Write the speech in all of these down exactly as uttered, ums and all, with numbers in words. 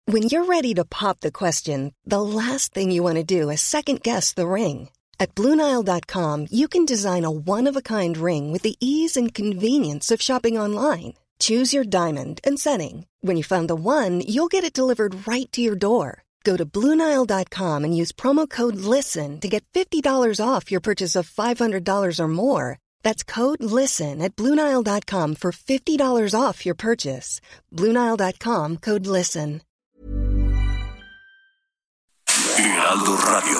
When you're ready to pop the question, the last thing you want to do is second-guess the ring. At Blue Nile dot com, you can design a one-of-a-kind ring with the ease and convenience of shopping online. Choose your diamond and setting. When you find the one, you'll get it delivered right to your door. Go to Blue Nile dot com and use promo code LISTEN to get fifty dollars off your purchase of five hundred dollars or more. That's code LISTEN at Blue Nile dot com for fifty dollars off your purchase. Blue Nile dot com, code LISTEN. Heraldo Radio.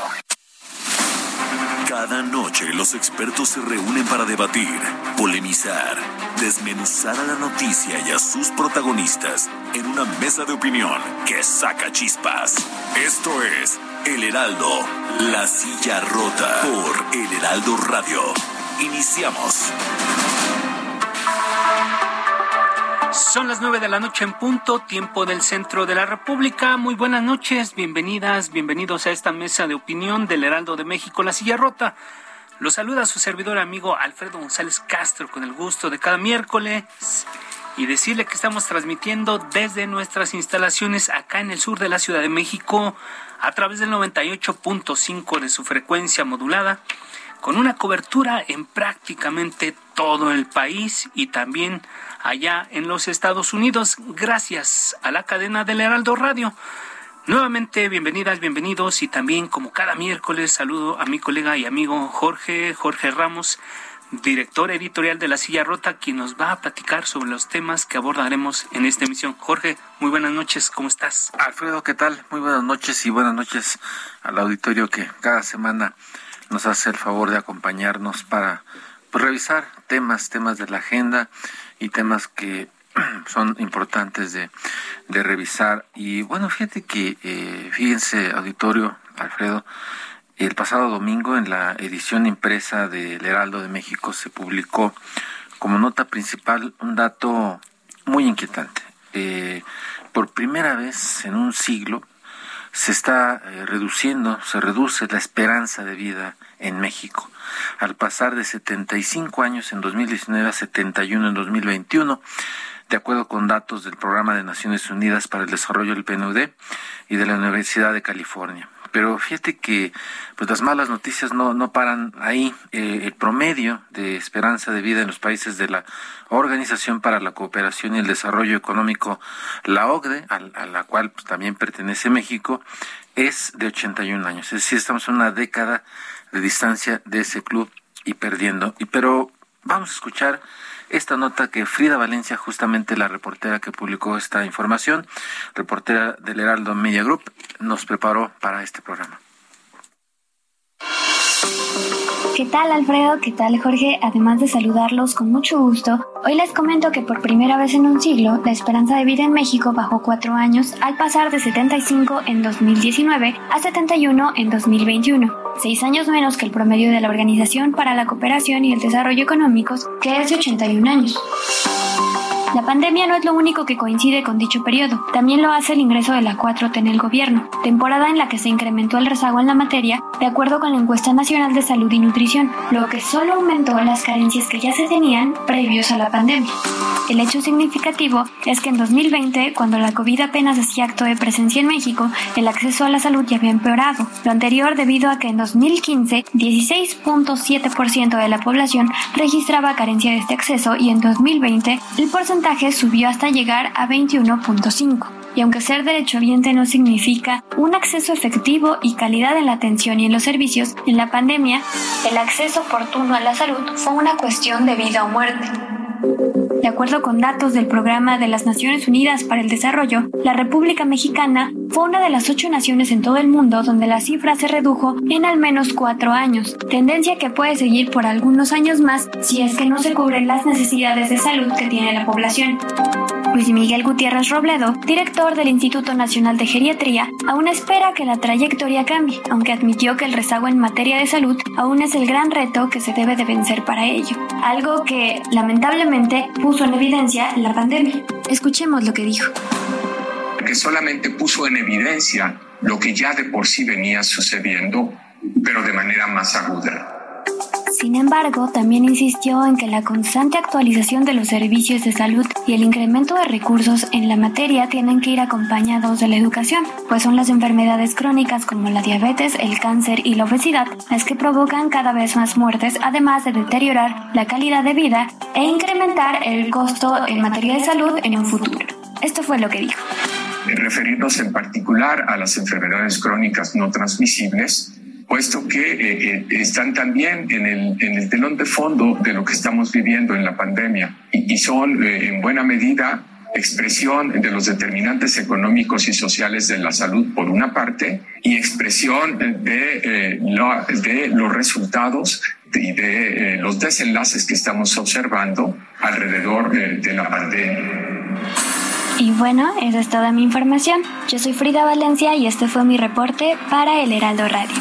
Cada noche los expertos se reúnen para debatir, polemizar, desmenuzar a la noticia y a sus protagonistas en una mesa de opinión que saca chispas. Esto es El Heraldo, La Silla Rota, por El Heraldo Radio. Iniciamos. Son las nueve de la noche en punto, tiempo del centro de la República. Muy buenas noches, bienvenidas, bienvenidos a esta mesa de opinión del Heraldo de México, La Silla Rota. Los saluda su servidor amigo Alfredo González Castro con el gusto de cada miércoles y decirle que estamos transmitiendo desde nuestras instalaciones acá en el sur de la Ciudad de México a través del noventa y ocho punto cinco de su frecuencia modulada, con una cobertura en prácticamente todo el país y también allá en los Estados Unidos, gracias a la cadena del Heraldo Radio. Nuevamente, bienvenidas, bienvenidos, y también, como cada miércoles, saludo a mi colega y amigo Jorge, Jorge Ramos, director editorial de La Silla Rota, quien nos va a platicar sobre los temas que abordaremos en esta emisión. Jorge, muy buenas noches, ¿cómo estás? Alfredo, ¿qué tal? Muy buenas noches y buenas noches al auditorio que cada semana nos hace el favor de acompañarnos para pues, revisar temas, temas de la agenda y temas que son importantes de, de revisar. Y bueno, fíjate que, eh, fíjense, auditorio, Alfredo, el pasado domingo en la edición impresa del Heraldo de México se publicó como nota principal un dato muy inquietante. Eh, por primera vez en un siglo se está eh, reduciendo, se reduce la esperanza de vida en México, al pasar de setenta y cinco años en dos mil diecinueve a setenta y uno en dos mil veintiuno, de acuerdo con datos del Programa de Naciones Unidas para el Desarrollo del P N U D y de la Universidad de California. Pero fíjate que pues las malas noticias no, no paran ahí. Eh, el promedio de esperanza de vida en los países de la Organización para la Cooperación y el Desarrollo Económico, la O C D E, a, a la cual pues, también pertenece México, es de ochenta y un años. Es decir, estamos en una década de distancia de ese club y perdiendo. Y pero vamos a escuchar esta nota que Frida Valencia, justamente la reportera que publicó esta información, reportera del Heraldo Media Group, nos preparó para este programa. ¿Qué tal, Alfredo? ¿Qué tal, Jorge? Además de saludarlos con mucho gusto, hoy les comento que por primera vez en un siglo, la esperanza de vida en México bajó cuatro años al pasar de setenta y cinco en dos mil diecinueve a setenta y uno en dos mil veintiuno, seis años menos que el promedio de la Organización para la Cooperación y el Desarrollo Económicos, que es de ochenta y un años. La pandemia no es lo único que coincide con dicho periodo, también lo hace el ingreso de la cuatro T en el gobierno, temporada en la que se incrementó el rezago en la materia, de acuerdo con la Encuesta Nacional de Salud y Nutrición, lo que solo aumentó las carencias que ya se tenían previos a la pandemia. El hecho significativo es que en dos mil veinte, cuando la COVID apenas hacía acto de presencia en México, el acceso a la salud ya había empeorado, lo anterior debido a que en dos mil quince, dieciséis punto siete por ciento de la población registraba carencia de este acceso y en dos mil veinte el porcentaje subió hasta llegar a veintiuno punto cinco. Y aunque ser derechohabiente no significa un acceso efectivo y calidad en la atención y en los servicios, en la pandemia, el acceso oportuno a la salud fue una cuestión de vida o muerte. De acuerdo con datos del Programa de las Naciones Unidas para el Desarrollo, la República Mexicana fue una de las ocho naciones en todo el mundo donde la cifra se redujo en al menos cuatro años, tendencia que puede seguir por algunos años más si es que no se cubren las necesidades de salud que tiene la población. Luis Miguel Gutiérrez Robledo, director del Instituto Nacional de Geriatría, aún espera que la trayectoria cambie, aunque admitió que el rezago en materia de salud aún es el gran reto que se debe de vencer para ello, algo que, lamentablemente, puso en evidencia la pandemia. Escuchemos lo que dijo. Que solamente puso en evidencia lo que ya de por sí venía sucediendo, pero de manera más aguda. Sin embargo, también insistió en que la constante actualización de los servicios de salud y el incremento de recursos en la materia tienen que ir acompañados de la educación, pues son las enfermedades crónicas como la diabetes, el cáncer y la obesidad las que provocan cada vez más muertes, además de deteriorar la calidad de vida e incrementar el costo en materia de salud en un futuro. Esto fue lo que dijo. Referirnos en particular a las enfermedades crónicas no transmisibles, puesto que eh, eh, están también en el, en el telón de fondo de lo que estamos viviendo en la pandemia y, y son eh, en buena medida expresión de los determinantes económicos y sociales de la salud por una parte y expresión de, eh, lo, de los resultados y de eh, los desenlaces que estamos observando alrededor eh, de la pandemia. Y bueno, esa es toda mi información. Yo soy Frida Valencia y este fue mi reporte para El Heraldo Radio.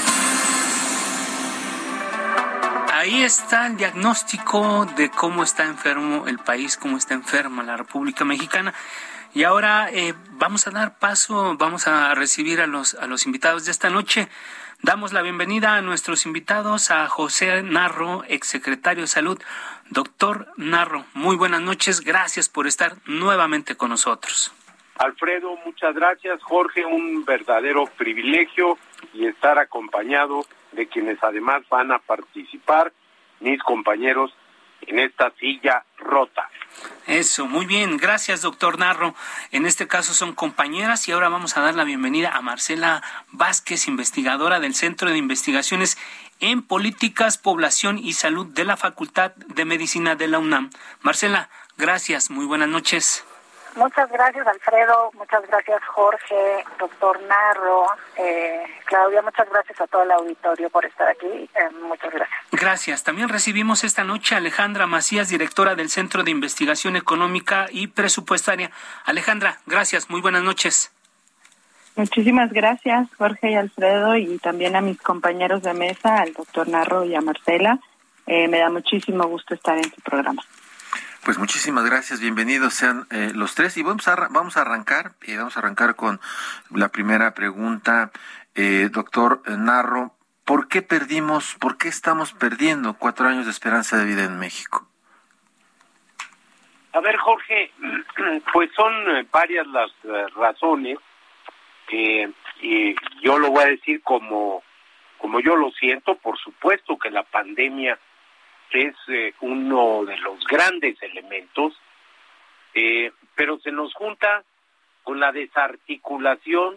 Ahí está el diagnóstico de cómo está enfermo el país, cómo está enferma la República Mexicana. Y ahora eh, vamos a dar paso, vamos a recibir a los, a los invitados de esta noche. Damos la bienvenida a nuestros invitados, a José Narro, exsecretario de Salud. Doctor Narro, muy buenas noches, gracias por estar nuevamente con nosotros. Alfredo, muchas gracias. Jorge, un verdadero privilegio y estar acompañado de quienes además van a participar, mis compañeros, en esta silla rota. Eso, muy bien, gracias doctor Narro. En este caso son compañeras y ahora vamos a dar la bienvenida a Marcela Vázquez, investigadora del Centro de Investigaciones en Políticas, Población y Salud de la Facultad de Medicina de la UNAM. Marcela, gracias, muy buenas noches. Muchas gracias, Alfredo, muchas gracias, Jorge, doctor Narro, eh, Claudia, muchas gracias a todo el auditorio por estar aquí, eh, muchas gracias. Gracias. También recibimos esta noche a Alejandra Macías, directora del Centro de Investigación Económica y Presupuestaria. Alejandra, gracias, muy buenas noches. Muchísimas gracias, Jorge y Alfredo, y también a mis compañeros de mesa, al doctor Narro y a Marcela. Eh, me da muchísimo gusto estar en su programa. Pues muchísimas gracias, bienvenidos sean eh, los tres y vamos a vamos a arrancar y eh, vamos a arrancar con la primera pregunta, eh, doctor Narro, ¿por qué perdimos, por qué estamos perdiendo cuatro años de esperanza de vida en México? A ver, Jorge, pues son varias las uh, razones eh, y yo lo voy a decir como como yo lo siento. Por supuesto que la pandemia es eh, uno de los grandes elementos, eh, pero se nos junta con la desarticulación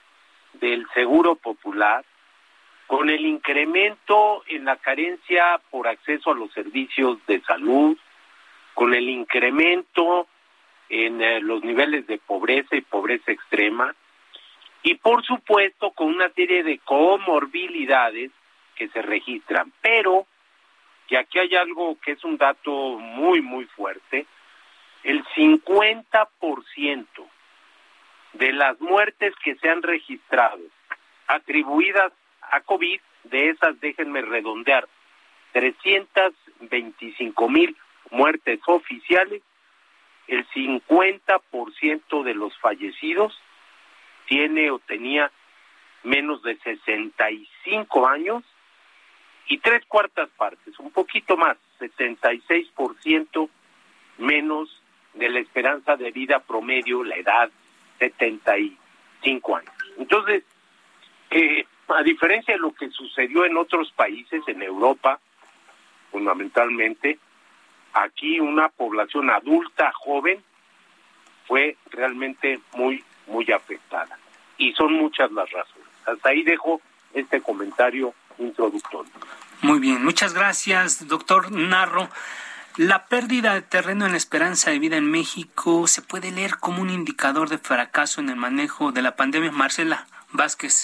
del seguro popular, con el incremento en la carencia por acceso a los servicios de salud, con el incremento en eh, los niveles de pobreza y pobreza extrema, y por supuesto con una serie de comorbilidades que se registran, pero y aquí hay algo que es un dato muy, muy fuerte, el cincuenta por ciento de las muertes que se han registrado atribuidas a COVID, de esas déjenme redondear, trescientas veinticinco mil muertes oficiales, el cincuenta por ciento de los fallecidos tiene o tenía menos de sesenta y cinco años, y tres cuartas partes, un poquito más, setenta y seis por ciento menos de la esperanza de vida promedio, la edad, setenta y cinco años. Entonces, eh, a diferencia de lo que sucedió en otros países, en Europa, fundamentalmente, aquí una población adulta, joven, fue realmente muy, muy afectada. Y son muchas las razones. Hasta ahí dejo este comentario introductorio. Muy bien, muchas gracias, doctor Narro. La pérdida de terreno en la esperanza de vida en México se puede leer como un indicador de fracaso en el manejo de la pandemia. Marcela Vázquez.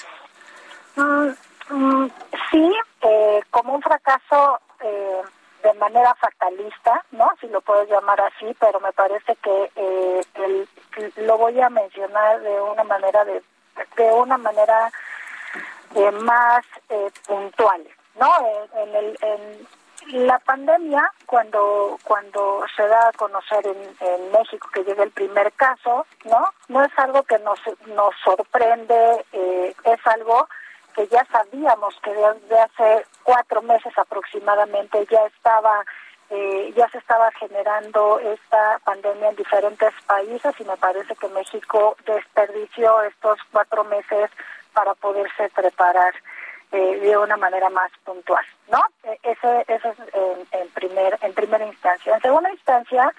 Mm, mm, sí, eh, como un fracaso eh, de manera fatalista, ¿no? Si lo puedes llamar así, pero me parece que eh, el, lo voy a mencionar de una manera de, de una manera eh, más eh, puntual, ¿no? En, en, el, en la pandemia, cuando cuando se da a conocer en, en México que llega el primer caso, ¿no? No es algo que nos nos sorprende, eh, es algo que ya sabíamos que desde hace cuatro meses aproximadamente ya estaba eh, ya se estaba generando esta pandemia en diferentes países, y me parece que México desperdició estos cuatro meses para poderse preparar eh, de una manera más puntual, ¿no? Ese, eso es en, en primer en primera instancia. En segunda instancia,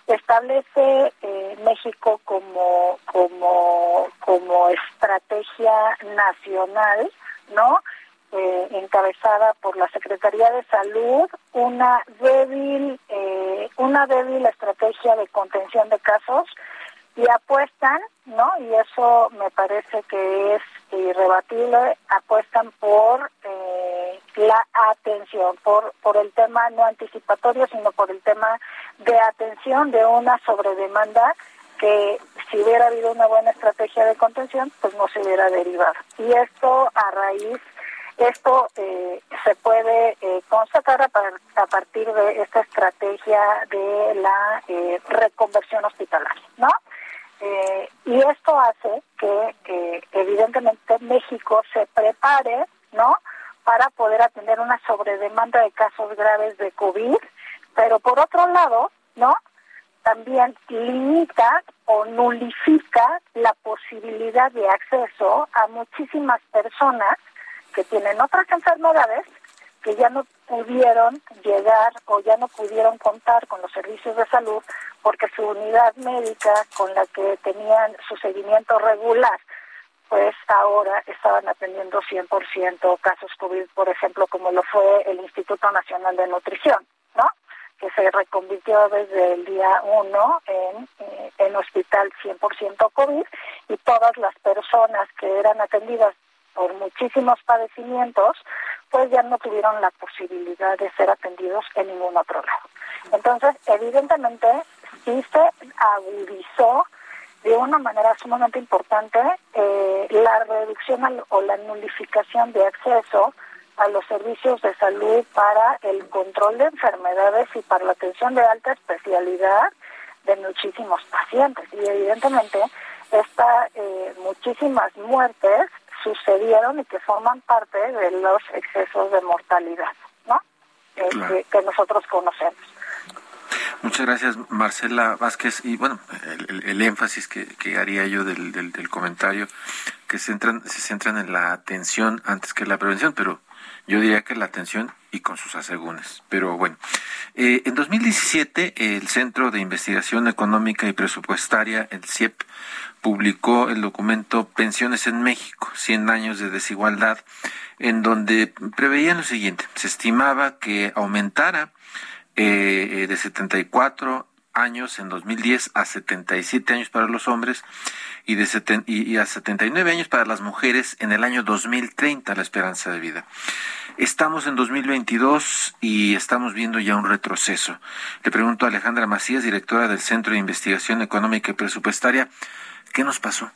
establece eh, México como como como estrategia nacional, ¿no? Eh, encabezada por la Secretaría de Salud, una débil eh, una débil estrategia de contención de casos, y apuestan, ¿no? Y eso me parece que es irrebatible, apuestan por eh, la atención, por por el tema no anticipatorio, sino por el tema de atención de una sobredemanda que, si hubiera habido una buena estrategia de contención, pues no se hubiera derivado. Y esto a raíz, esto eh, se puede eh, constatar a, par, a partir de esta estrategia de la eh, reconversión hospitalaria, ¿no? Eh, y esto hace que, que evidentemente México se prepare, ¿no?, para poder atender una sobredemanda de casos graves de COVID, pero por otro lado, ¿no?, también limita o nulifica la posibilidad de acceso a muchísimas personas que tienen otras enfermedades, que ya no pudieron llegar o ya no pudieron contar con los servicios de salud porque su unidad médica con la que tenían su seguimiento regular, pues ahora estaban atendiendo cien por ciento casos COVID, por ejemplo, como lo fue el Instituto Nacional de Nutrición, ¿no?, que se reconvirtió desde el día uno en, eh, en hospital cien por ciento COVID, y todas las personas que eran atendidas por muchísimos padecimientos, pues ya no tuvieron la posibilidad de ser atendidos en ningún otro lado. Entonces, evidentemente, sí se agudizó de una manera sumamente importante eh, la reducción al, o la nulificación de acceso a los servicios de salud para el control de enfermedades y para la atención de alta especialidad de muchísimos pacientes. Y evidentemente, esta, eh, muchísimas muertes sucedieron y que forman parte de los excesos de mortalidad, ¿no?, eh, claro. que, que nosotros conocemos. Muchas gracias, Marcela Vázquez. Y bueno, el, el, el énfasis que, que haría yo del, del, del comentario, que se centran, se centran en la atención antes que la prevención, pero yo diría que la atención y con sus asegúnes. Pero bueno, eh, en dos mil diecisiete el Centro de Investigación Económica y Presupuestaria, el C I E P, publicó el documento Pensiones en México, cien años de desigualdad, en donde preveían lo siguiente: se estimaba que aumentara eh, de setenta y cuatro años en dos mil diez a setenta y siete años para los hombres y de seten, y, y a setenta y nueve años para las mujeres en el año dos mil treinta la esperanza de vida. Estamos en dos mil veintidós y estamos viendo ya un retroceso. Le pregunto a Alejandra Macías, directora del Centro de Investigación Económica y Presupuestaria, ¿qué nos pasó?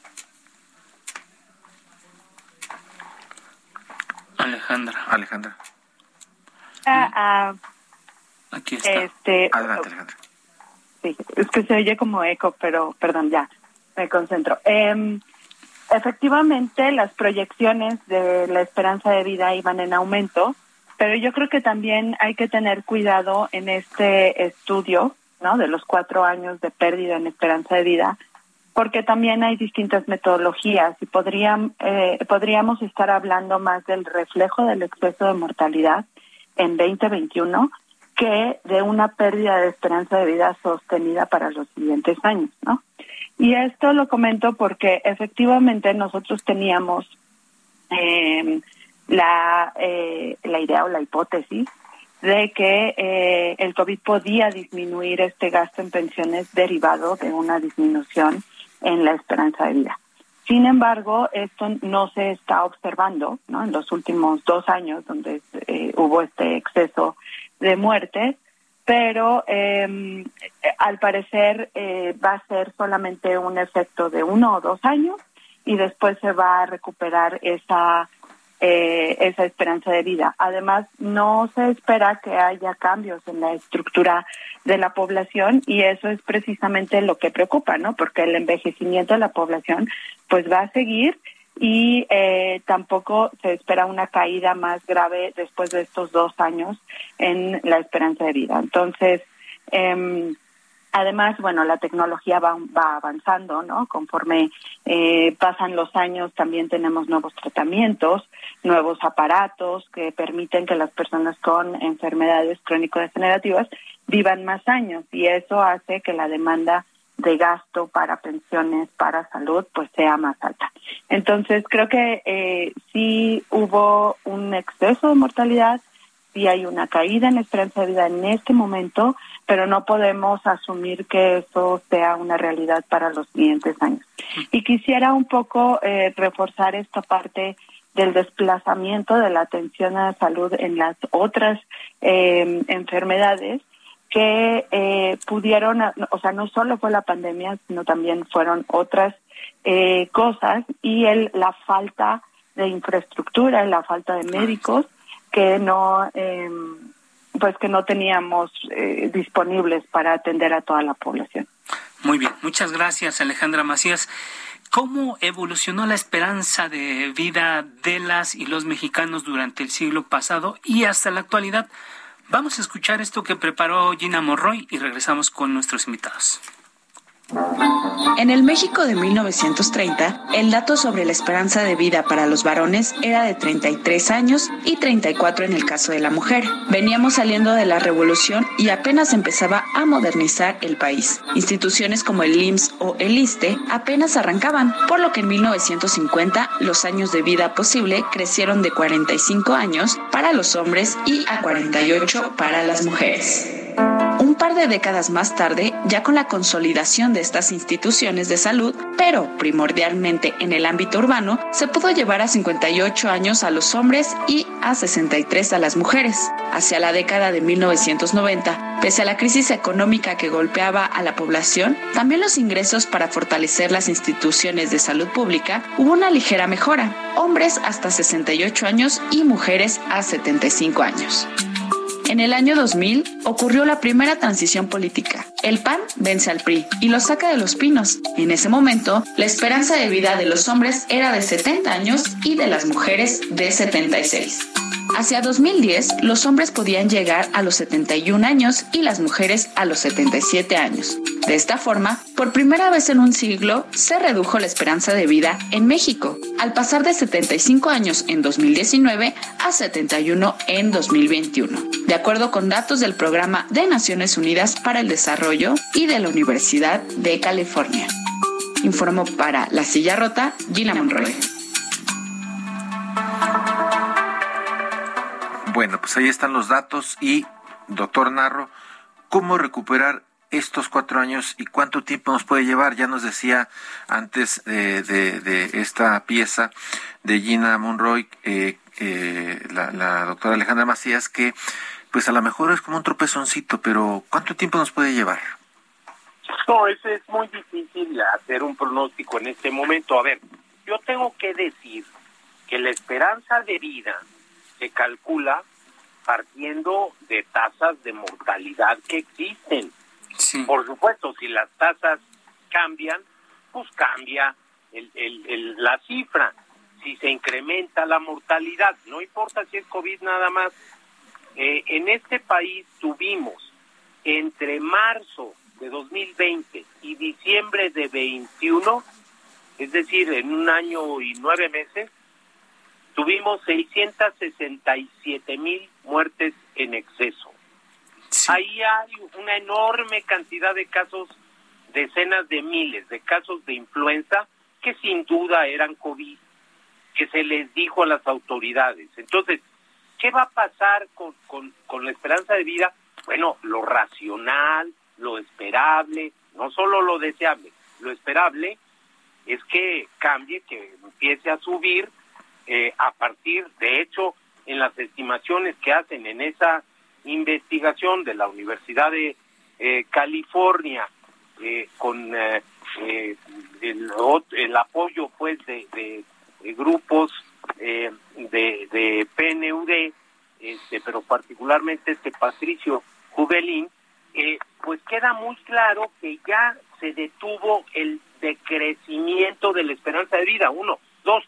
Alejandra. Alejandra. Ah, uh, Aquí está. Este, Adelante, Alejandra. Sí, es que se oye como eco, pero perdón, ya, me concentro. Eh, efectivamente, las proyecciones de la esperanza de vida iban en aumento, pero yo creo que también hay que tener cuidado en este estudio, ¿no?, de los cuatro años de pérdida en esperanza de vida, porque también hay distintas metodologías y podrían, eh, podríamos estar hablando más del reflejo del exceso de mortalidad en veinte veintiuno que de una pérdida de esperanza de vida sostenida para los siguientes años, ¿no? Y esto lo comento porque efectivamente nosotros teníamos eh, la, eh, la idea o la hipótesis de que eh, el COVID podía disminuir este gasto en pensiones derivado de una disminución en la esperanza de vida. Sin embargo, esto no se está observando, ¿no?, en los últimos dos años donde eh, hubo este exceso de muertes, pero eh, al parecer eh, va a ser solamente un efecto de uno o dos años y después se va a recuperar esa eh, esa esperanza de vida. Además, no se espera que haya cambios en la estructura de la población y eso es precisamente lo que preocupa, ¿no? Porque el envejecimiento de la población pues va a seguir y eh, tampoco se espera una caída más grave después de estos dos años en la esperanza de vida. Entonces, eh, además, bueno, la tecnología va, va avanzando, ¿no? Conforme eh, pasan los años, también tenemos nuevos tratamientos, nuevos aparatos que permiten que las personas con enfermedades crónico-degenerativas vivan más años, y eso hace que la demanda de gasto para pensiones, para salud, pues sea más alta. Entonces, creo que eh, sí hubo un exceso de mortalidad, sí hay una caída en la esperanza de vida en este momento, pero no podemos asumir que eso sea una realidad para los siguientes años. Y quisiera un poco eh, reforzar esta parte del desplazamiento de la atención a la salud en las otras eh, enfermedades que eh, pudieron, o sea, no solo fue la pandemia, sino también fueron otras eh, cosas, y el la falta de infraestructura, la falta de médicos que no... Eh, pues que no teníamos eh, disponibles para atender a toda la población. Muy bien, muchas gracias, Alejandra Macías. ¿Cómo evolucionó la esperanza de vida de las y los mexicanos durante el siglo pasado y hasta la actualidad? Vamos a escuchar esto que preparó Gina Monroy y regresamos con nuestros invitados. En el México de mil novecientos treinta, el dato sobre la esperanza de vida para los varones era de treinta y tres años y treinta y cuatro en el caso de la mujer. Veníamos saliendo de la revolución y apenas empezaba a modernizar el país. Instituciones como el I M S S o el ISSSTE apenas arrancaban, por lo que en mil novecientos cincuenta los años de vida posible crecieron de cuarenta y cinco años para los hombres y a cuarenta y ocho para las mujeres. Un par de décadas más tarde, ya con la consolidación de estas instituciones de salud, pero primordialmente en el ámbito urbano, se pudo llevar a cincuenta y ocho años a los hombres y a sesenta y tres a las mujeres. Hacia la década de mil novecientos noventa, pese a la crisis económica que golpeaba a la población, también los ingresos para fortalecer las instituciones de salud pública hubo una ligera mejora. Hombres hasta sesenta y ocho años y mujeres a setenta y cinco años. En el año dos mil ocurrió la primera transición política. El P A N vence al P R I y lo saca de los pinos. En ese momento, la esperanza de vida de los hombres era de setenta años y de las mujeres de setenta y seis. Hacia dos mil diez, los hombres podían llegar a los setenta y un años y las mujeres a los setenta y siete años. De esta forma, por primera vez en un siglo, se redujo la esperanza de vida en México, al pasar de setenta y cinco años en dos mil diecinueve a setenta y uno en dos mil veintiuno, de acuerdo con datos del Programa de Naciones Unidas para el Desarrollo y de la Universidad de California. Informó para La Silla Rota, Gina Monroy. Bueno, pues ahí están los datos y, doctor Narro, ¿cómo recuperar estos cuatro años y cuánto tiempo nos puede llevar? Ya nos decía antes de, de, de esta pieza de Gina Monroy, eh, eh, la, la doctora Alejandra Macías, que pues a lo mejor es como un tropezoncito, pero ¿cuánto tiempo nos puede llevar? No, eso es muy difícil hacer un pronóstico en este momento. A ver, yo tengo que decir que la esperanza de vida se calcula partiendo de tasas de mortalidad que existen. Sí. Por supuesto, si las tasas cambian, pues cambia el, el, el, la cifra. Si se incrementa la mortalidad, no importa si es COVID nada más. Eh, en este país tuvimos entre marzo de dos mil veinte y diciembre de veintiuno, es decir, en un año y nueve meses, tuvimos seiscientas sesenta y siete mil muertes en exceso. Sí. Ahí hay una enorme cantidad de casos, decenas de miles de casos de influenza que sin duda eran COVID, que se les dijo a las autoridades. Entonces, ¿qué va a pasar con, con, con la esperanza de vida? Bueno, lo racional, lo esperable, no solo lo deseable, lo esperable es que cambie, que empiece a subir eh, a partir, de hecho, en las estimaciones que hacen en esa investigación de la Universidad de eh, California, eh, con eh, eh, el, el apoyo pues de, de, de grupos eh, de, de P N U D, este, pero particularmente este Patricio Jubelín, eh, pues queda muy claro que ya se detuvo el decrecimiento de la esperanza de vida. Uno, dos,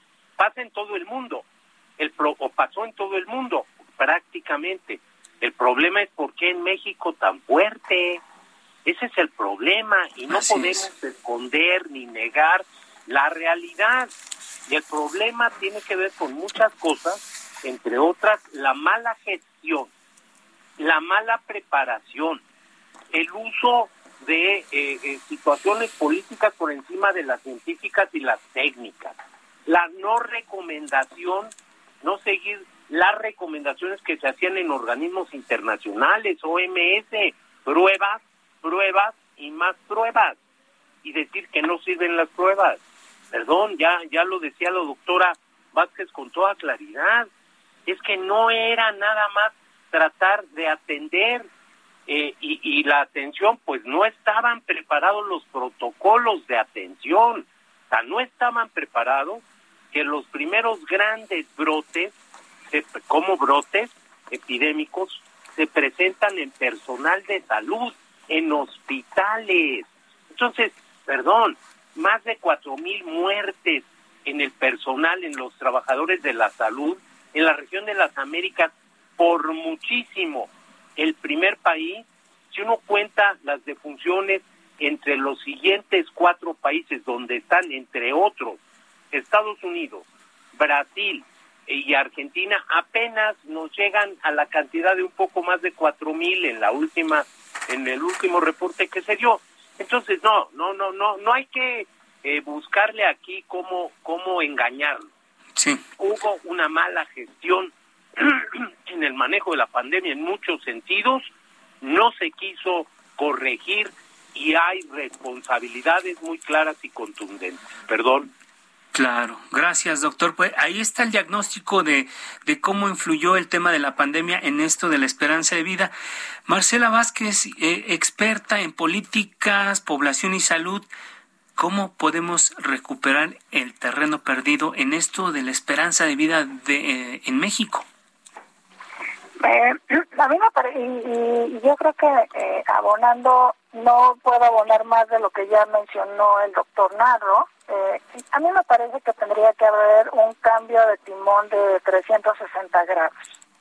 pasa en todo el mundo, el pro, o pasó en todo el mundo prácticamente. El problema es por qué en México tan fuerte. Ese es el problema y no Así podemos es. esconder ni negar la realidad. Y el problema tiene que ver con muchas cosas, entre otras la mala gestión, la mala preparación, el uso de eh, eh, situaciones políticas por encima de las científicas y las técnicas, la no recomendación, no seguir las recomendaciones que se hacían en organismos internacionales, O M S, pruebas, pruebas y más pruebas, y decir que no sirven las pruebas. Perdón, ya ya lo decía la doctora Vázquez con toda claridad, es que no era nada más tratar de atender, eh, y, y la atención, pues no estaban preparados los protocolos de atención, o sea, no estaban preparados que los primeros grandes brotes, se, como brotes epidémicos, se presentan en personal de salud, en hospitales. Entonces, perdón, más de cuatro mil muertes en el personal, en los trabajadores de la salud, en la región de las Américas, por muchísimo. El primer país, si uno cuenta las defunciones entre los siguientes cuatro países, donde están, entre otros, Estados Unidos, Brasil y Argentina, apenas nos llegan a la cantidad de un poco más de cuatro mil en la última, en el último reporte que se dio. Entonces, no, no, no, no, no hay que eh, buscarle aquí cómo, cómo engañarlo. Sí. Hubo una mala gestión en el manejo de la pandemia en muchos sentidos, no se quiso corregir y hay responsabilidades muy claras y contundentes. Perdón. Claro, gracias, doctor. Pues ahí está el diagnóstico de, de cómo influyó el tema de la pandemia en esto de la esperanza de vida. Marcela Vázquez, eh, experta en políticas, población y salud, ¿cómo podemos recuperar el terreno perdido en esto de la esperanza de vida de, eh, en México? Eh, a mí me parece, y, y yo creo que eh, abonando, no puedo abonar más de lo que ya mencionó el doctor Narro. Eh, a mí me parece que tendría que haber un cambio de timón de trescientos sesenta grados.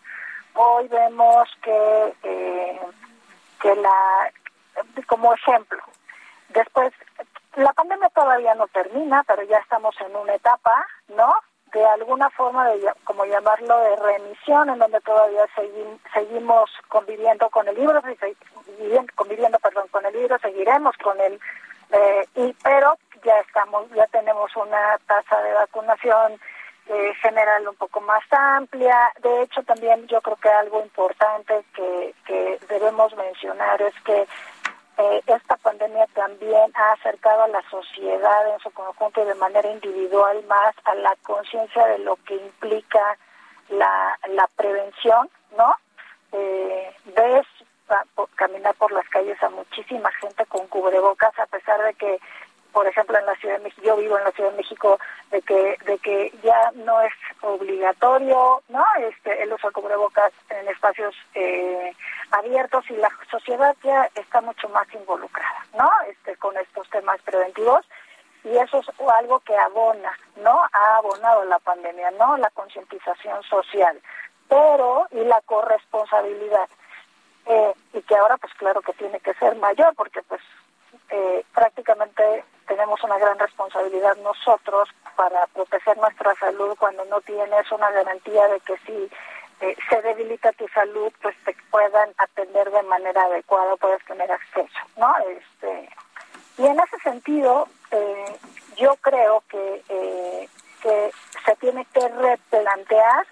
Hoy vemos que, eh, que la, como ejemplo, después, la pandemia todavía no termina, pero ya estamos en una etapa, ¿no?, de alguna forma, de como llamarlo, de remisión, en donde todavía segui- seguimos conviviendo con el virus, y se- conviviendo, perdón, con el virus, seguiremos con él, eh, y pero ya estamos, ya tenemos una tasa de vacunación eh, general un poco más amplia. De hecho, también yo creo que algo importante que, que debemos mencionar es que Eh, esta pandemia también ha acercado a la sociedad en su conjunto y de manera individual más a la conciencia de lo que implica la, la prevención, ¿no? Eh, ves a, por, caminar por las calles a muchísima gente con cubrebocas, a pesar de que, por ejemplo, en la Ciudad de México, yo vivo en la Ciudad de México, de que de que ya no es obligatorio, ¿no?, este el uso de cubrebocas en espacios eh, abiertos, y la sociedad ya está mucho más involucrada, ¿no?, este con estos temas preventivos, y eso es algo que abona, ¿no?, ha abonado la pandemia, ¿no?, la concientización social, pero y la corresponsabilidad, eh, y que ahora pues claro que tiene que ser mayor, porque pues eh, prácticamente tenemos una gran responsabilidad nosotros para proteger nuestra salud cuando no tienes una garantía de que si eh, se debilita tu salud, pues te puedan atender de manera adecuada, puedes tener acceso, ¿no? Este, y en ese sentido, eh, yo creo que, eh, que se tiene que replantear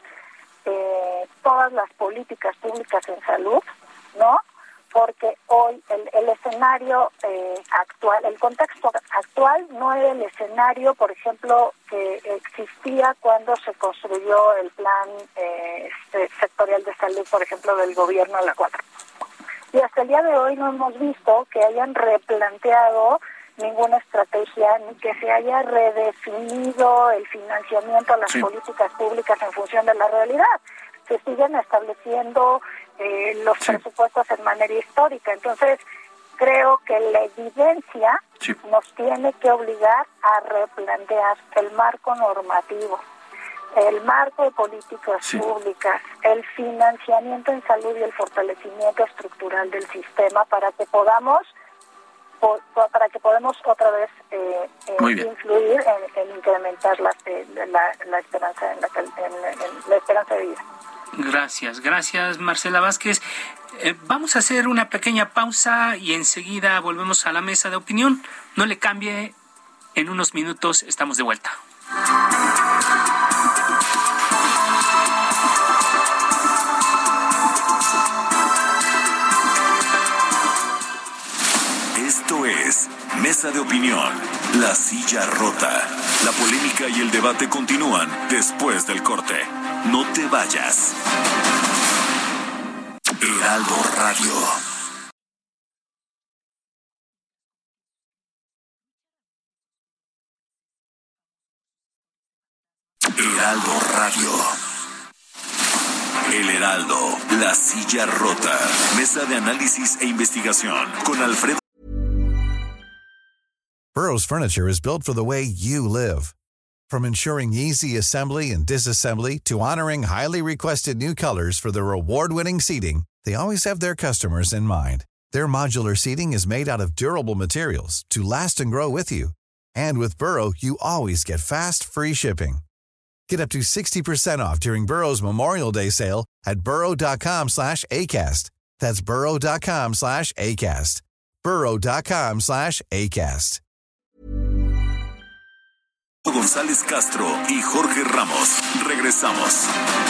eh, todas las políticas públicas en salud, ¿no?, porque hoy el, el escenario eh, actual, el contexto actual no era el escenario, por ejemplo, que existía cuando se construyó el plan eh, este, sectorial de salud, por ejemplo, del gobierno de la cuatro. Y hasta el día de hoy no hemos visto que hayan replanteado ninguna estrategia, ni que se haya redefinido el financiamiento a las sí. políticas públicas en función de la realidad. Se siguen estableciendo eh, los sí. presupuestos en manera histórica. Entonces, creo que la evidencia sí. nos tiene que obligar a replantear el marco normativo, el marco de políticas sí. públicas, el financiamiento en salud y el fortalecimiento estructural del sistema para que podamos po- para que podamos otra vez eh, eh, influir en, en incrementar la, eh, la, la esperanza en la, en, en la esperanza de vida. Gracias, gracias Marcela Vázquez. Eh, vamos a hacer una pequeña pausa y enseguida volvemos a la mesa de opinión. No le cambie, en unos minutos estamos de vuelta. Esto es Mesa de Opinión, La Silla Rota. La polémica y el debate continúan después del corte. No te vayas. Heraldo Radio. Heraldo Radio. El Heraldo, La Silla Rota. Mesa de análisis e investigación con Alfredo. Burrow's furniture is built for the way you live. From ensuring easy assembly and disassembly to honoring highly requested new colors for their award-winning seating, they always have their customers in mind. Their modular seating is made out of durable materials to last and grow with you. And with Burrow, you always get fast, free shipping. Get up to sixty percent off during Burrow's Memorial Day sale at burrow.com slash ACAST. That's burrow.com slash ACAST. burrow.com slash ACAST. González Castro y Jorge Ramos. Regresamos.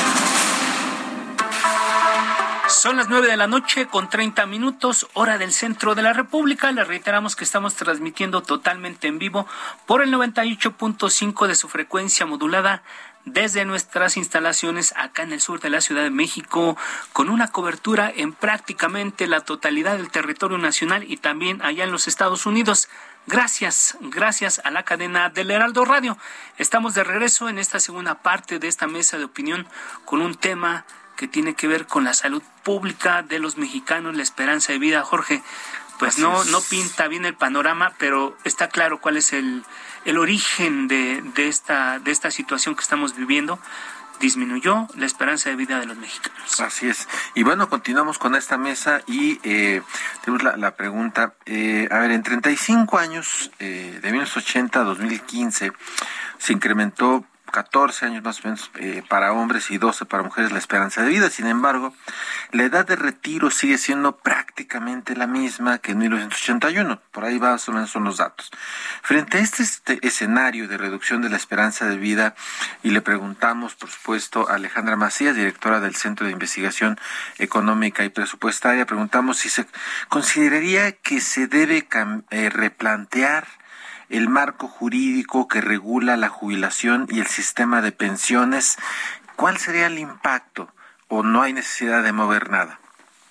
Son las nueve de la noche con treinta minutos, hora del centro de la República. Les reiteramos que estamos transmitiendo totalmente en vivo por el noventa y ocho punto cinco de su frecuencia modulada desde nuestras instalaciones acá en el sur de la Ciudad de México, con una cobertura en prácticamente la totalidad del territorio nacional y también allá en los Estados Unidos. Gracias, gracias a la cadena del Heraldo Radio. Estamos de regreso en esta segunda parte de esta mesa de opinión con un tema que tiene que ver con la salud pública de los mexicanos, la esperanza de vida. Jorge, pues Así no es. no pinta bien el panorama, pero está claro cuál es el, el origen de, de, esta, de esta situación que estamos viviendo. Disminuyó la esperanza de vida de los mexicanos. Así es. Y bueno, continuamos con esta mesa y eh, tenemos la, la pregunta. Eh, a ver, en treinta y cinco años, eh, de mil novecientos ochenta a dos mil quince, se incrementó catorce años más o menos eh, para hombres y doce para mujeres la esperanza de vida. Sin embargo, la edad de retiro sigue siendo prácticamente la misma que en mil novecientos ochenta y uno. Por ahí más o menos son los datos. Frente a este, este escenario de reducción de la esperanza de vida, y le preguntamos, por supuesto, a Alejandra Macías, directora del Centro de Investigación Económica y Presupuestaria, preguntamos si se consideraría que se debe eh, replantear el marco jurídico que regula la jubilación y el sistema de pensiones. ¿Cuál sería el impacto o no hay necesidad de mover nada?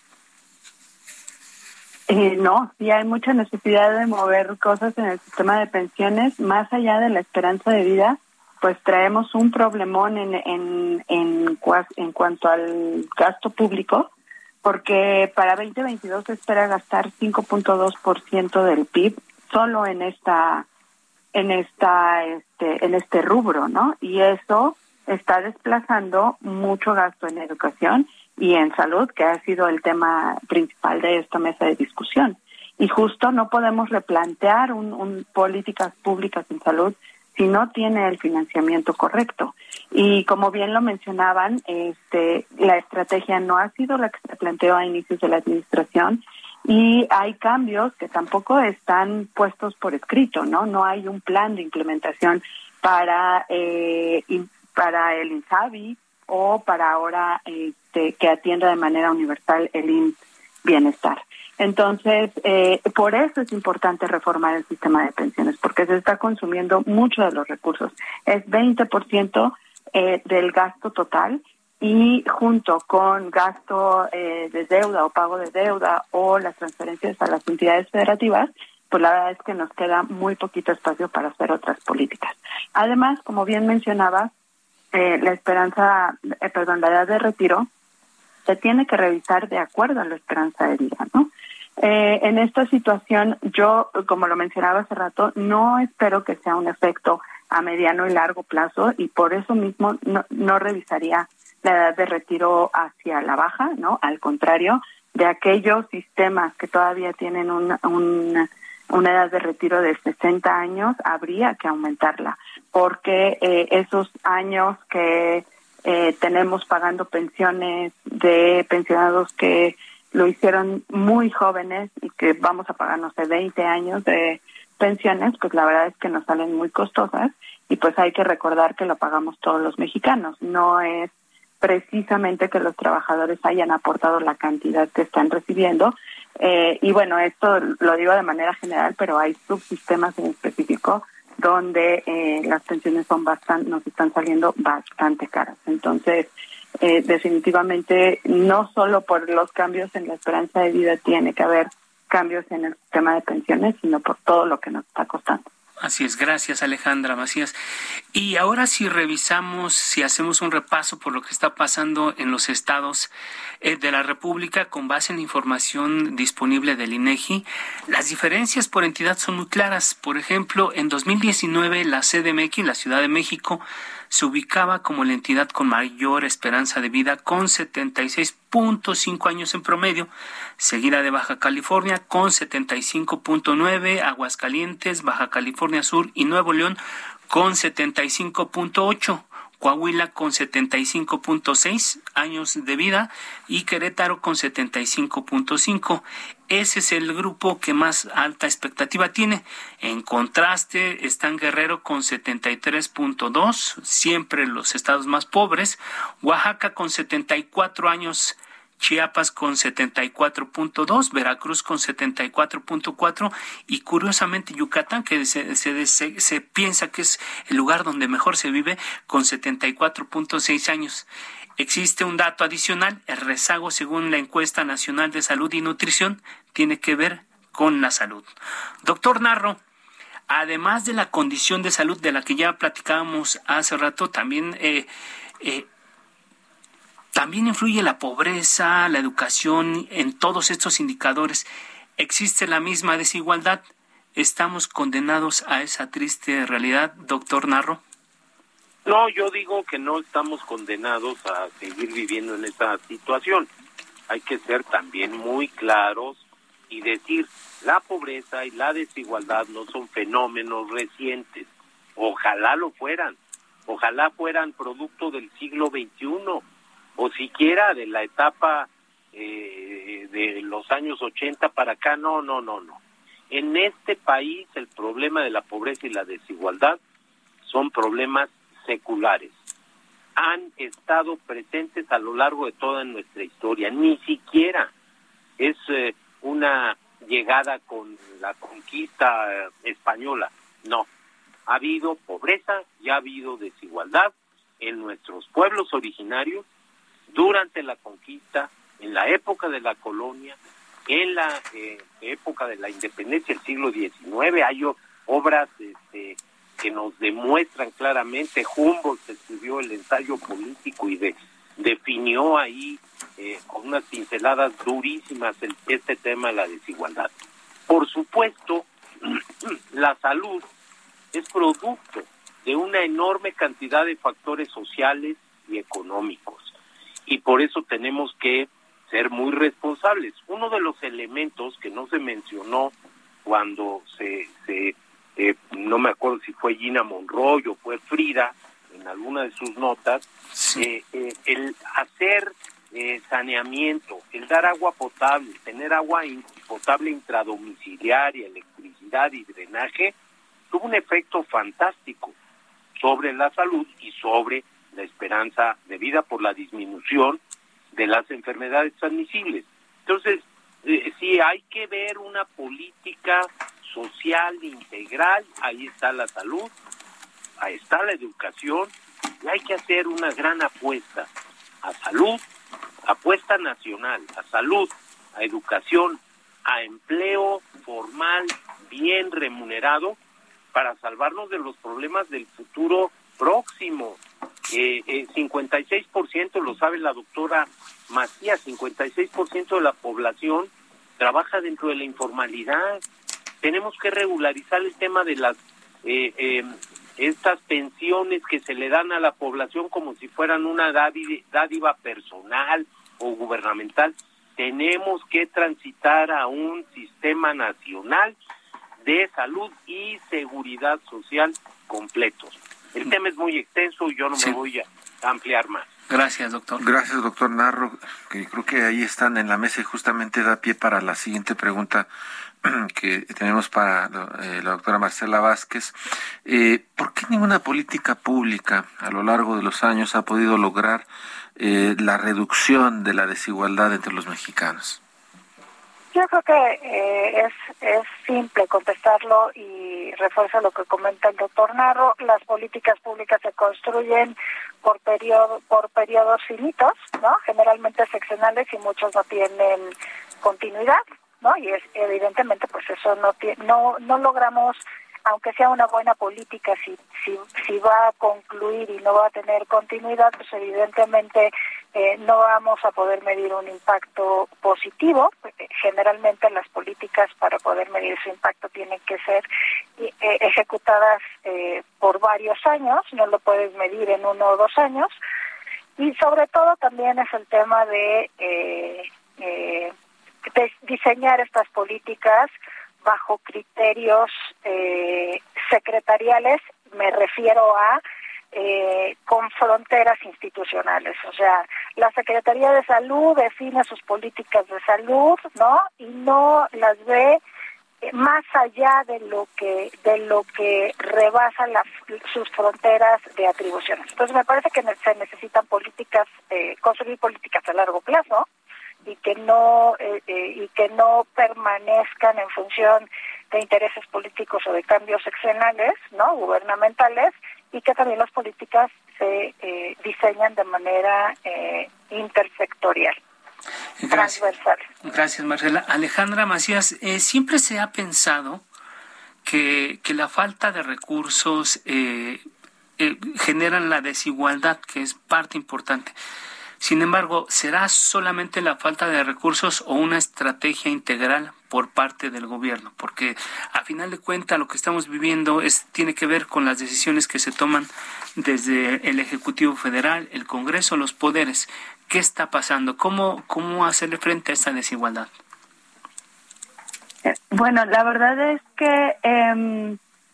Eh, no, sí hay mucha necesidad de mover cosas en el sistema de pensiones. Más allá de la esperanza de vida, pues traemos un problemón en, en, en, en cuanto al gasto público, porque para veinte veintidós se espera gastar cinco punto dos por ciento del P I B solo en esta en esta este en este rubro, ¿no? Y eso está desplazando mucho gasto en educación y en salud, que ha sido el tema principal de esta mesa de discusión. Y justo no podemos replantear un, un políticas públicas en salud si no tiene el financiamiento correcto. Y como bien lo mencionaban, este la estrategia no ha sido la que se planteó a inicios de la administración. Y hay cambios que tampoco están puestos por escrito, ¿no? No hay un plan de implementación para eh, para el INSABI o para ahora este, que atienda de manera universal el I M S S Bienestar. Entonces, eh, por eso es importante reformar el sistema de pensiones, porque se está consumiendo mucho de los recursos. Es veinte por ciento eh, del gasto total. Y junto con gasto eh, de deuda o pago de deuda o las transferencias a las entidades federativas, pues la verdad es que nos queda muy poquito espacio para hacer otras políticas. Además, como bien mencionaba, eh, la esperanza, eh, perdón, la edad de retiro se tiene que revisar de acuerdo a la esperanza de vida, ¿no? Eh, en esta situación, yo, como lo mencionaba hace rato, no espero que sea un efecto a mediano y largo plazo, y por eso mismo no, no revisaría la edad de retiro hacia la baja, ¿no? Al contrario, de aquellos sistemas que todavía tienen una, una, una edad de retiro de sesenta años, habría que aumentarla, porque eh, esos años que eh, tenemos pagando pensiones de pensionados que lo hicieron muy jóvenes y que vamos a pagar, no sé, veinte años de pensiones, pues la verdad es que nos salen muy costosas, y pues hay que recordar que lo pagamos todos los mexicanos. No es precisamente que los trabajadores hayan aportado la cantidad que están recibiendo. Eh, y bueno, esto lo digo de manera general, pero hay subsistemas en específico donde eh, las pensiones son bastante, nos están saliendo bastante caras. Entonces, eh, definitivamente, no solo por los cambios en la esperanza de vida tiene que haber cambios en el sistema de pensiones, sino por todo lo que nos está costando. Así es, gracias Alejandra Macías. Y ahora si revisamos, si hacemos un repaso por lo que está pasando en los estados eh, de la República con base en la información disponible del INEGI, las diferencias por entidad son muy claras. Por ejemplo, en dos mil diecinueve la C D M X, la Ciudad de México, se ubicaba como la entidad con mayor esperanza de vida con setenta y seis punto cinco años en promedio, seguida de Baja California con setenta y cinco punto nueve, Aguascalientes, Baja California Sur y Nuevo León con setenta y cinco punto ocho, Coahuila con setenta y cinco punto seis años de vida y Querétaro con setenta y cinco punto cinco. Ese es el grupo que más alta expectativa tiene. En contraste, están Guerrero con setenta y tres punto dos, siempre los estados más pobres, Oaxaca con setenta y cuatro años, Chiapas con setenta y cuatro punto dos, Veracruz con setenta y cuatro punto cuatro y curiosamente Yucatán, que se, se, se, se piensa que es el lugar donde mejor se vive, con setenta y cuatro punto seis años. Existe un dato adicional, el rezago según la Encuesta Nacional de Salud y Nutrición tiene que ver con la salud. Doctor Narro, además de la condición de salud de la que ya platicábamos hace rato, también eh, eh, También influye la pobreza, la educación, en todos estos indicadores. ¿Existe la misma desigualdad? ¿Estamos condenados a esa triste realidad, doctor Narro? No, yo digo que no estamos condenados a seguir viviendo en esa situación. Hay que ser también muy claros y decir, la pobreza y la desigualdad no son fenómenos recientes. Ojalá lo fueran. Ojalá fueran producto del siglo veintiuno. O siquiera de la etapa eh, de los años ochenta para acá. No, no, no, no. En este país el problema de la pobreza y la desigualdad son problemas seculares. Han estado presentes a lo largo de toda nuestra historia. Ni siquiera es eh, una llegada con la conquista eh, española. No. Ha habido pobreza y ha habido desigualdad en nuestros pueblos originarios, durante la conquista, en la época de la colonia, en la eh, época de la independencia del siglo diecinueve. Hay obras este, que nos demuestran claramente. Humboldt escribió el ensayo político y de, definió ahí eh, con unas pinceladas durísimas el, este tema de la desigualdad. Por supuesto, la salud es producto de una enorme cantidad de factores sociales y económicos. Y por eso tenemos que ser muy responsables. Uno de los elementos que no se mencionó cuando se, se eh, no me acuerdo si fue Gina Monroy o fue Frida, en alguna de sus notas, sí. eh, eh, el hacer eh, saneamiento, el dar agua potable, tener agua in, potable intradomiciliaria, electricidad y drenaje, tuvo un efecto fantástico sobre la salud y sobre la esperanza de vida por la disminución de las enfermedades transmisibles. Entonces, eh, sí hay que ver una política social integral. Ahí está la salud, ahí está la educación, y hay que hacer una gran apuesta a salud, apuesta nacional, a salud, a educación, a empleo formal bien remunerado para salvarnos de los problemas del futuro próximo. Eh, eh, cincuenta y seis por ciento, lo sabe la doctora Macías, cincuenta y seis por ciento de la población trabaja dentro de la informalidad. Tenemos que regularizar el tema de las eh, eh, estas pensiones que se le dan a la población como si fueran una dádiva personal o gubernamental. Tenemos que transitar a un sistema nacional de salud y seguridad social completos. El tema es muy extenso y yo no sí. me voy a ampliar más. Gracias, doctor. Gracias, doctor Narro, que creo que ahí están en la mesa y justamente da pie para la siguiente pregunta que tenemos para eh, la doctora Marcela Vázquez. Eh, ¿Por qué ninguna política pública a lo largo de los años ha podido lograr eh, la reducción de la desigualdad entre los mexicanos? Yo creo que eh, es, es simple contestarlo y refuerza lo que comenta el doctor Narro. Las políticas públicas se construyen por periodo, por periodos finitos, ¿no? Generalmente seccionales y muchos no tienen continuidad, ¿no? Y es evidentemente pues eso no tiene, no no logramos, aunque sea una buena política, si si si va a concluir y no va a tener continuidad, pues evidentemente eh, no vamos a poder medir un impacto positivo. Generalmente las políticas para poder medir su impacto tienen que ser eh, ejecutadas eh, por varios años, no lo puedes medir en uno o dos años, y sobre todo también es el tema de, eh, eh, de diseñar estas políticas bajo criterios eh, secretariales, me refiero a eh, con fronteras institucionales. O sea, la Secretaría de Salud define sus políticas de salud, ¿no? Y no las ve eh, más allá de lo que de lo que rebasa la, sus fronteras de atribuciones. Entonces me parece que se necesitan políticas, eh, construir políticas a largo plazo, y que no eh, eh, y que no permanezcan en función de intereses políticos o de cambios sexenales, ¿no? Gubernamentales, y que también las políticas se eh, diseñan de manera eh, intersectorial, Gracias. transversal. Gracias, Marcela. Alejandra Macías, eh, siempre se ha pensado que, que la falta de recursos eh, eh, generan la desigualdad, que es parte importante. Sin embargo, ¿será solamente la falta de recursos o una estrategia integral por parte del gobierno? Porque a final de cuentas lo que estamos viviendo es tiene que ver con las decisiones que se toman desde el Ejecutivo Federal, el Congreso, los poderes. ¿Qué está pasando? ¿Cómo, cómo hacerle frente a esta desigualdad? Bueno, la verdad es que eh,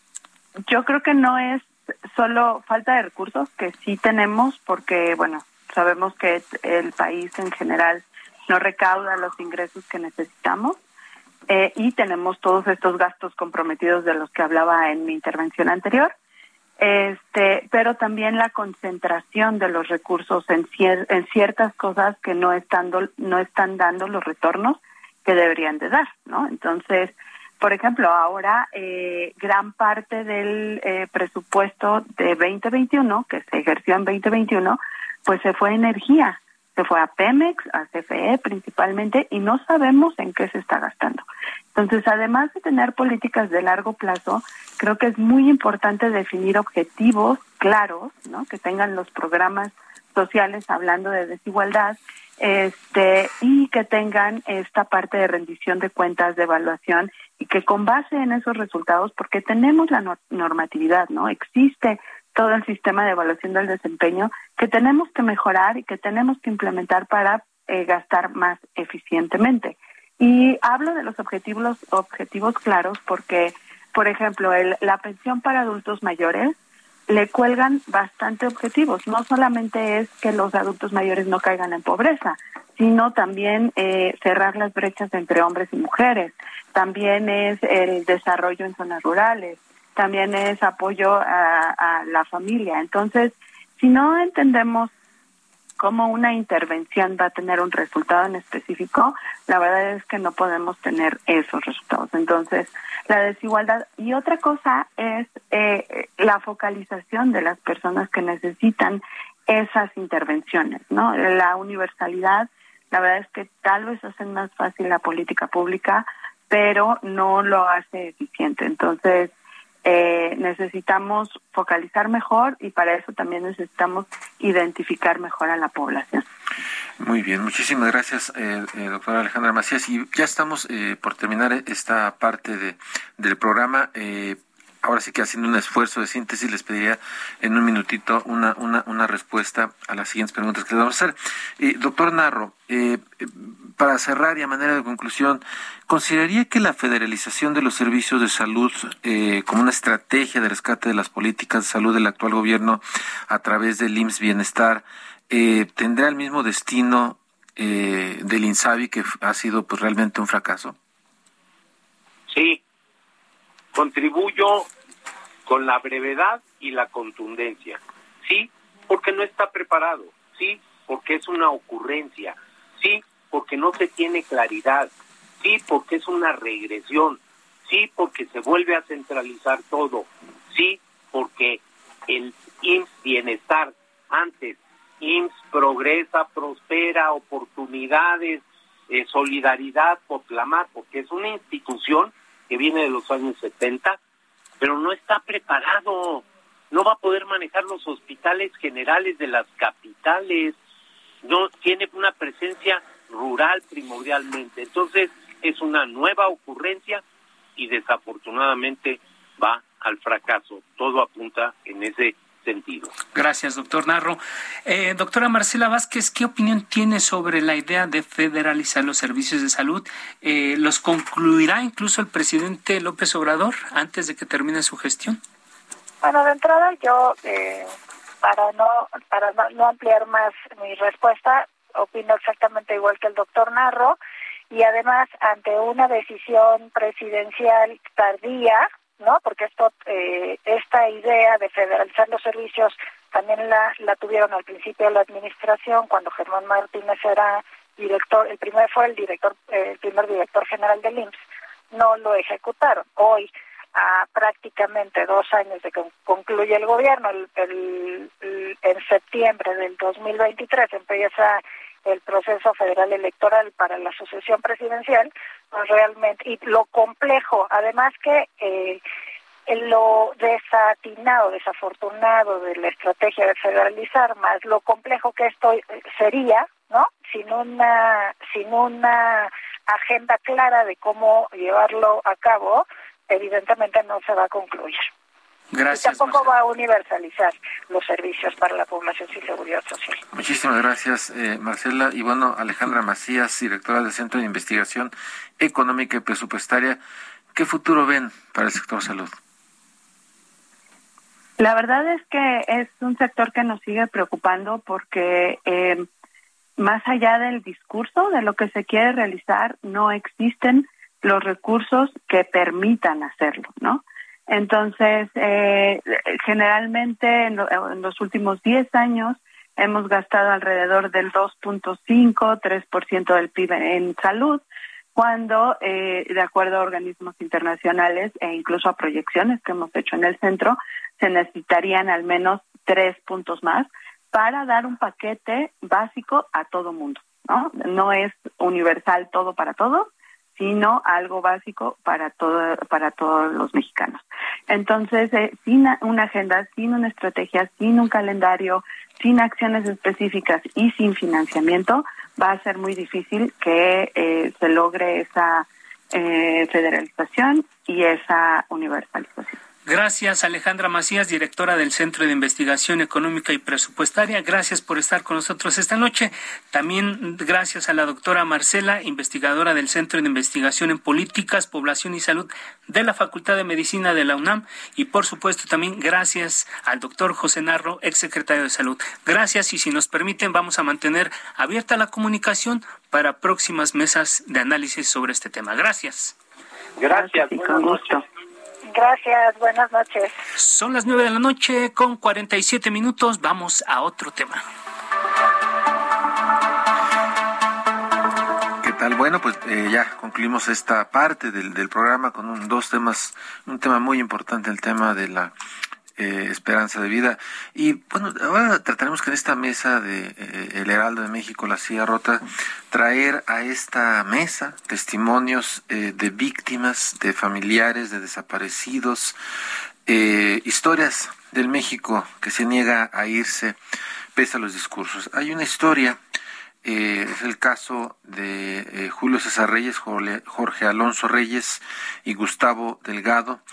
yo creo que no es solo falta de recursos, que sí tenemos, porque, bueno, sabemos que el país en general no recauda los ingresos que necesitamos eh, y tenemos todos estos gastos comprometidos de los que hablaba en mi intervención anterior, este, pero también la concentración de los recursos en, cier- en ciertas cosas que no están, do- no están dando los retornos que deberían de dar, ¿no? Entonces, por ejemplo, ahora eh, gran parte del eh, presupuesto de veinte veintiuno, que se ejerció en veinte veintiuno, pues se fue a energía, se fue a Pemex, a C F E principalmente, y no sabemos en qué se está gastando. Entonces, además de tener políticas de largo plazo, creo que es muy importante definir objetivos claros, ¿no? Que tengan los programas sociales hablando de desigualdad, este, y que tengan esta parte de rendición de cuentas, de evaluación, y que con base en esos resultados, porque tenemos la no- normatividad, ¿no? Existe todo el sistema de evaluación del desempeño que tenemos que mejorar y que tenemos que implementar para eh, gastar más eficientemente. Y hablo de los objetivos objetivos claros porque, por ejemplo, el, la pensión para adultos mayores le cuelgan bastante objetivos. No solamente es que los adultos mayores no caigan en pobreza, sino también eh, cerrar las brechas entre hombres y mujeres. También es el desarrollo en zonas rurales. También es apoyo a, a la familia. Entonces, si no entendemos cómo una intervención va a tener un resultado en específico, la verdad es que no podemos tener esos resultados. Entonces, la desigualdad. Y otra cosa es eh, la focalización de las personas que necesitan esas intervenciones, ¿no? La universalidad, la verdad es que tal vez hacen más fácil la política pública, pero no lo hace eficiente. Entonces, Eh, necesitamos focalizar mejor y para eso también necesitamos identificar mejor a la población. Muy bien, muchísimas gracias, eh, eh, doctora Alejandra Macías. Y ya estamos eh, por terminar esta parte de, del programa. Eh, ahora sí que haciendo un esfuerzo de síntesis, les pediría en un minutito una una, una respuesta a las siguientes preguntas que les vamos a hacer. Eh, doctor Narro, eh, para cerrar y a manera de conclusión, ¿consideraría que la federalización de los servicios de salud eh, como una estrategia de rescate de las políticas de salud del actual gobierno a través del I M S S Bienestar eh, tendrá el mismo destino eh, del INSABI, que ha sido pues realmente un fracaso? Sí, contribuyo con la brevedad y la contundencia. Sí, porque no está preparado. Sí, porque es una ocurrencia. Sí, porque no se tiene claridad. Sí, porque es una regresión. Sí, porque se vuelve a centralizar todo. Sí, porque el I M S S Bienestar, antes I M S S Progresa, Prospera, Oportunidades, eh, Solidaridad, Proclamar, porque es una institución que viene de los años setenta, pero no está preparado, no va a poder manejar los hospitales generales de las capitales, no tiene una presencia rural primordialmente, entonces es una nueva ocurrencia y desafortunadamente va al fracaso, todo apunta en ese sentido. Gracias, doctor Narro. Eh, doctora Marcela Vázquez, ¿qué opinión tiene sobre la idea de federalizar los servicios de salud? Eh, ¿Los concluirá incluso el presidente López Obrador antes de que termine su gestión? Bueno, de entrada yo, eh, para no para no, no ampliar más mi respuesta, opino exactamente igual que el doctor Narro, y además ante una decisión presidencial tardía, ¿no? Porque esto, eh, esta idea de federalizar los servicios también la, la tuvieron al principio de la administración, cuando Germán Martínez era director, el primer fue el director, eh, el primer director general del I M S S, no lo ejecutaron. Hoy, a prácticamente dos años de que concluye el gobierno, el, el, el, en septiembre del dos mil veintitrés empieza el proceso federal electoral para la sucesión presidencial, pues realmente, y lo complejo, además que eh, lo desatinado, desafortunado de la estrategia de federalizar, más lo complejo que esto sería, ¿no? Sin una, sin una agenda clara de cómo llevarlo a cabo, evidentemente no se va a concluir. Gracias, y tampoco Marcela. va a universalizar los servicios para la población sin seguridad social. Muchísimas gracias, eh, Marcela. Y bueno, Alejandra Macías, directora del Centro de Investigación Económica y Presupuestaria, ¿qué futuro ven para el sector salud? La verdad es que es un sector que nos sigue preocupando porque eh, más allá del discurso de lo que se quiere realizar, no existen los recursos que permitan hacerlo, ¿no? Entonces, eh, generalmente en, lo, en los últimos diez años hemos gastado alrededor del dos punto cinco, tres por ciento del P I B en salud, cuando, eh, de acuerdo a organismos internacionales e incluso a proyecciones que hemos hecho en el centro, se necesitarían al menos tres puntos más para dar un paquete básico a todo mundo, ¿no? No es universal todo para todos, sino algo básico para todo, para todos los mexicanos. Entonces, eh, sin una agenda, sin una estrategia, sin un calendario, sin acciones específicas y sin financiamiento, va a ser muy difícil que eh, se logre esa eh, federalización y esa universalización. Gracias, Alejandra Macías, directora del Centro de Investigación Económica y Presupuestaria. Gracias por estar con nosotros esta noche. También gracias a la doctora Marcela, investigadora del Centro de Investigación en Políticas, Población y Salud de la Facultad de Medicina de la UNAM. Y, por supuesto, también gracias al doctor José Narro, exsecretario de Salud. Gracias, y si nos permiten, vamos a mantener abierta la comunicación para próximas mesas de análisis sobre este tema. Gracias. Gracias, sí, con gusto. Gracias, buenas noches. Son las nueve de la noche con cuarenta y siete minutos. Vamos a otro tema. ¿Qué tal? Bueno, pues eh, ya concluimos esta parte del, del programa con un, dos temas, un tema muy importante, el tema de la eh, esperanza de vida. Y bueno, ahora trataremos que en esta mesa de eh, El Heraldo de México, La Silla Rota, traer a esta mesa testimonios eh, de víctimas, de familiares, de desaparecidos, eh, historias del México que se niega a irse pese a los discursos. Hay una historia, eh, es el caso de eh, Julio César Reyes, Jorge Alonso Reyes y Gustavo Delgado,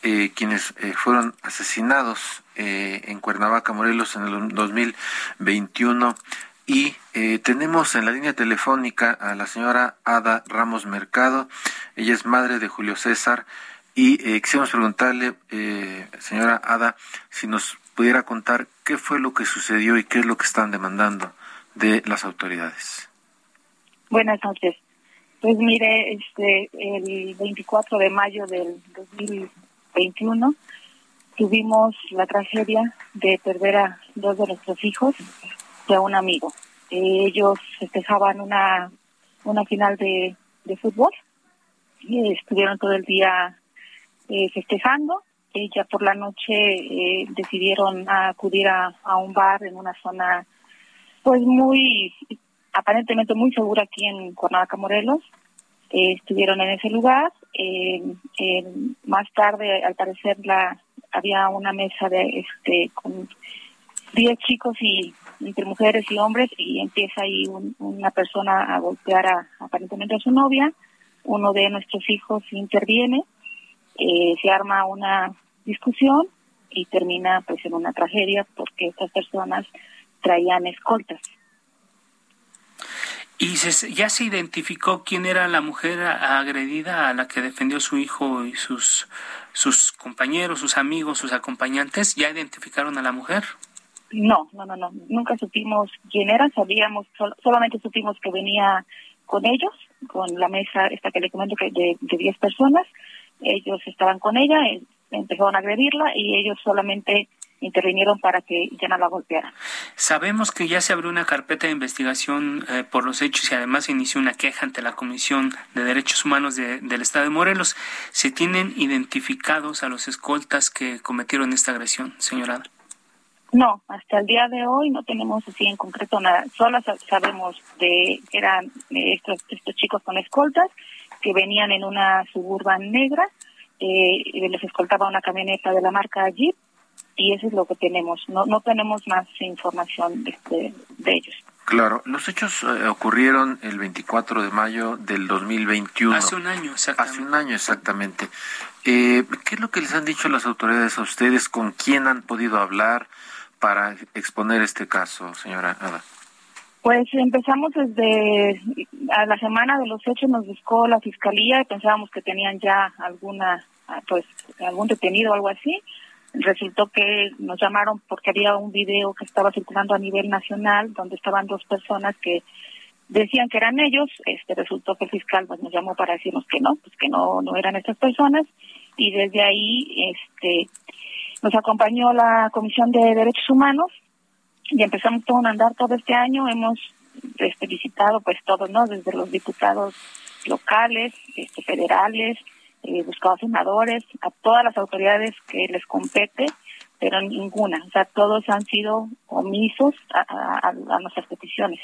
eh, quienes eh, fueron asesinados eh, en Cuernavaca, Morelos, en el dos mil veintiuno. Y eh, tenemos en la línea telefónica a la señora Ada Ramos Mercado. Ella es madre de Julio César. Y eh, quisiéramos preguntarle, eh, señora Ada, si nos pudiera contar qué fue lo que sucedió y qué es lo que están demandando de las autoridades. Buenas noches. Pues mire, este, el veinticuatro de mayo del dos mil veintiuno tuvimos la tragedia de perder a dos de nuestros hijos y a un amigo. Eh, ellos festejaban una una final de, de fútbol y estuvieron todo el día eh, festejando. Eh, ya por la noche eh, decidieron acudir a, a un bar en una zona pues muy, aparentemente muy segura aquí en Cuernavaca, Morelos. Eh, estuvieron en ese lugar. Eh, eh, más tarde, al parecer, la había una mesa de este con diez chicos y entre mujeres y hombres, y empieza ahí un, una persona a golpear a, aparentemente a su novia. Uno de nuestros hijos interviene, eh, se arma una discusión y termina pues en una tragedia porque estas personas traían escoltas. ¿Y se, ya se identificó quién era la mujer agredida a la que defendió su hijo y sus sus compañeros, sus amigos, sus acompañantes? ¿Ya identificaron a la mujer? No, no, no, no. Nunca supimos quién era. Sabíamos, sol, solamente supimos que venía con ellos, con la mesa esta que le comento que de de diez personas. Ellos estaban con ella, empezaron a agredirla y ellos solamente intervinieron para que ya no la golpearan. Sabemos que ya se abrió una carpeta de investigación eh, por los hechos y además se inició una queja ante la Comisión de Derechos Humanos de, del Estado de Morelos. ¿Se tienen identificados a los escoltas que cometieron esta agresión, señora? No, hasta el día de hoy no tenemos así en concreto nada. Solo sabemos de que eran estos, estos chicos con escoltas que venían en una Suburban negra, eh, les escoltaba una camioneta de la marca Jeep, y eso es lo que tenemos. No no tenemos más información de, de, de ellos. Claro, los hechos eh, ocurrieron el veinticuatro de mayo del dos mil veintiuno. Hace un año, exactamente. Hace un año, exactamente. Eh, ¿Qué es lo que les han dicho las autoridades a ustedes? ¿Con quién han podido hablar para exponer este caso, señora Ada? Pues empezamos desde a la semana de los hechos, nos buscó la fiscalía y pensábamos que tenían ya alguna, pues algún detenido o algo así. Resultó que nos llamaron porque había un video que estaba circulando a nivel nacional donde estaban dos personas que decían que eran ellos. Este resultó que el fiscal pues, nos llamó para decirnos que no, pues que no no eran estas personas, y desde ahí este nos acompañó la Comisión de Derechos Humanos y empezamos todo un andar todo este año. Hemos este, visitado pues todos, ¿no? Desde los diputados locales, este, federales, eh, buscado senadores, a todas las autoridades que les compete, pero ninguna, o sea, todos han sido omisos a, a, a nuestras peticiones.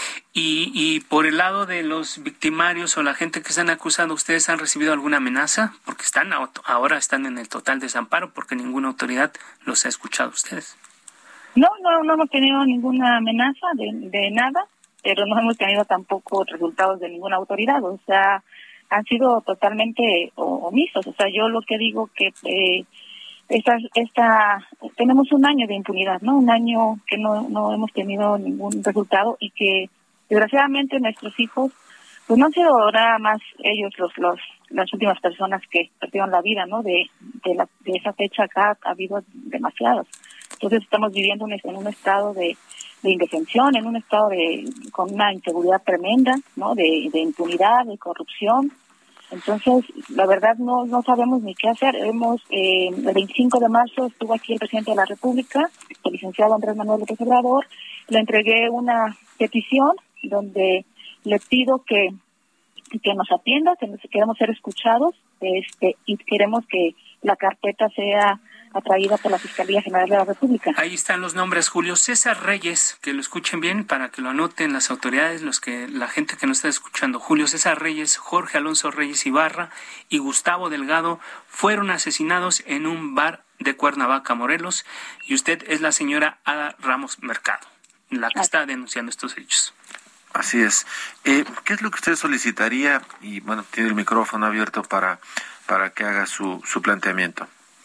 Y, y por el lado de los victimarios o la gente que están acusando, ¿ustedes han recibido alguna amenaza? Porque están ahora están en el total desamparo porque ninguna autoridad los ha escuchado a ustedes. No, no, no hemos tenido ninguna amenaza de, de nada, pero no hemos tenido tampoco resultados de ninguna autoridad, o sea, han sido totalmente omisos. O sea, yo lo que digo que eh, esta, esta, tenemos un año de impunidad, ¿no? Un año que no, no hemos tenido ningún resultado y que desgraciadamente nuestros hijos, pues no han sido nada más ellos los, los, las últimas personas que perdieron la vida, ¿no? De, de, la, de esa fecha acá ha habido demasiados. Entonces estamos viviendo en un estado de, de indefensión, en un estado de con una inseguridad tremenda, ¿no? De, de impunidad, de corrupción. Entonces, la verdad no no sabemos ni qué hacer. Hemos eh, el veinticinco de marzo estuvo aquí el presidente de la República, el licenciado Andrés Manuel López Obrador. Le entregué una petición donde le pido que que nos atienda, que queremos ser escuchados, este y queremos que la carpeta sea atraída por la Fiscalía General de la República. Ahí están los nombres: Julio César Reyes, que lo escuchen bien para que lo anoten las autoridades, los que la gente que nos está escuchando. Julio César Reyes, Jorge Alonso Reyes Ibarra y Gustavo Delgado fueron asesinados en un bar de Cuernavaca, Morelos, y usted es la señora Ada Ramos Mercado, la que está denunciando estos hechos. Así es. Eh, ¿Qué es lo que usted solicitaría? Y bueno, tiene el micrófono abierto para, para que haga su, su planteamiento.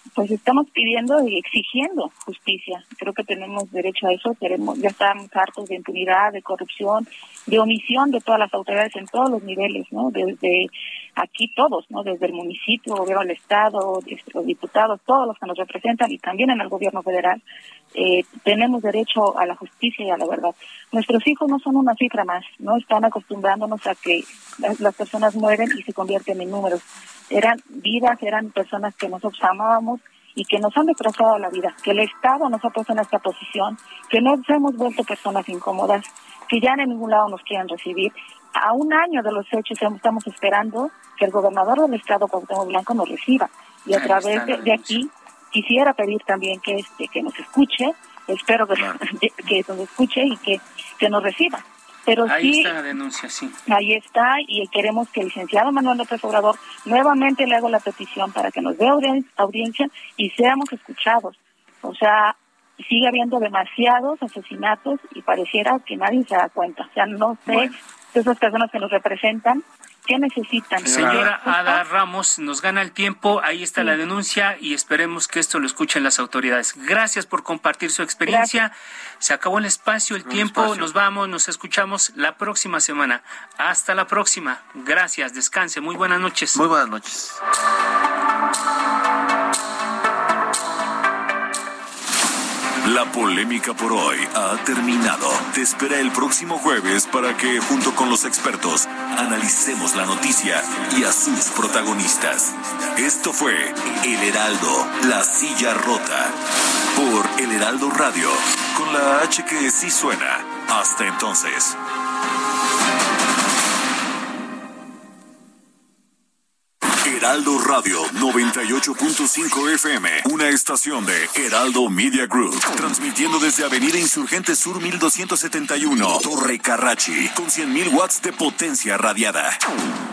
pues estamos pidiendo y exigiendo justicia. Creo que tenemos derecho a eso. Queremos, ya estamos hartos de impunidad, de corrupción, de omisión de todas las autoridades en todos los niveles, ¿no? Desde aquí todos, ¿no? Desde el municipio, gobierno del estado, los diputados, todos los que nos representan y también en el gobierno federal. Eh, tenemos derecho a la justicia y a la verdad. Nuestros hijos no son una cifra más, ¿no? Están acostumbrándonos a que las, las personas mueren y se convierten en números. Eran vidas, eran personas que nosotros amábamos y que nos han destrozado la vida, que el Estado nos ha puesto en esta posición, que nos hemos vuelto personas incómodas, que ya en ningún lado nos quieren recibir. A un año de los hechos estamos esperando que el gobernador del Estado, Cuauhtémoc Blanco, nos reciba. Y a través de, de aquí quisiera pedir también que este que nos escuche, espero que, claro. que nos escuche y que, que nos reciba. Pero ahí sí, está la denuncia, sí. Ahí está, y queremos que el licenciado Manuel López Obrador nuevamente le haga la petición para que nos dé audiencia y seamos escuchados. O sea, sigue habiendo demasiados asesinatos y pareciera que nadie se da cuenta. O sea, no sé, bueno. esas personas que nos representan, ¿qué necesitan? Señora Ada Ramos, nos gana el tiempo, ahí está sí. la denuncia y esperemos que esto lo escuchen las autoridades. Gracias por compartir su experiencia. Gracias. Se acabó el espacio, el, el tiempo, espacio. Nos vamos, nos escuchamos la próxima semana. Hasta la próxima. Gracias, descanse, muy buenas noches. Muy buenas noches. La polémica por hoy ha terminado. Te espera el próximo jueves para que, junto con los expertos, analicemos la noticia y a sus protagonistas. Esto fue El Heraldo, la silla rota, por El Heraldo Radio, con la H que sí suena. Hasta entonces. Heraldo Radio noventa y ocho punto cinco F M, una estación de Heraldo Media Group, transmitiendo desde Avenida Insurgente Sur mil doscientos setenta y uno, Torre Carrachi, con cien mil watts de potencia radiada.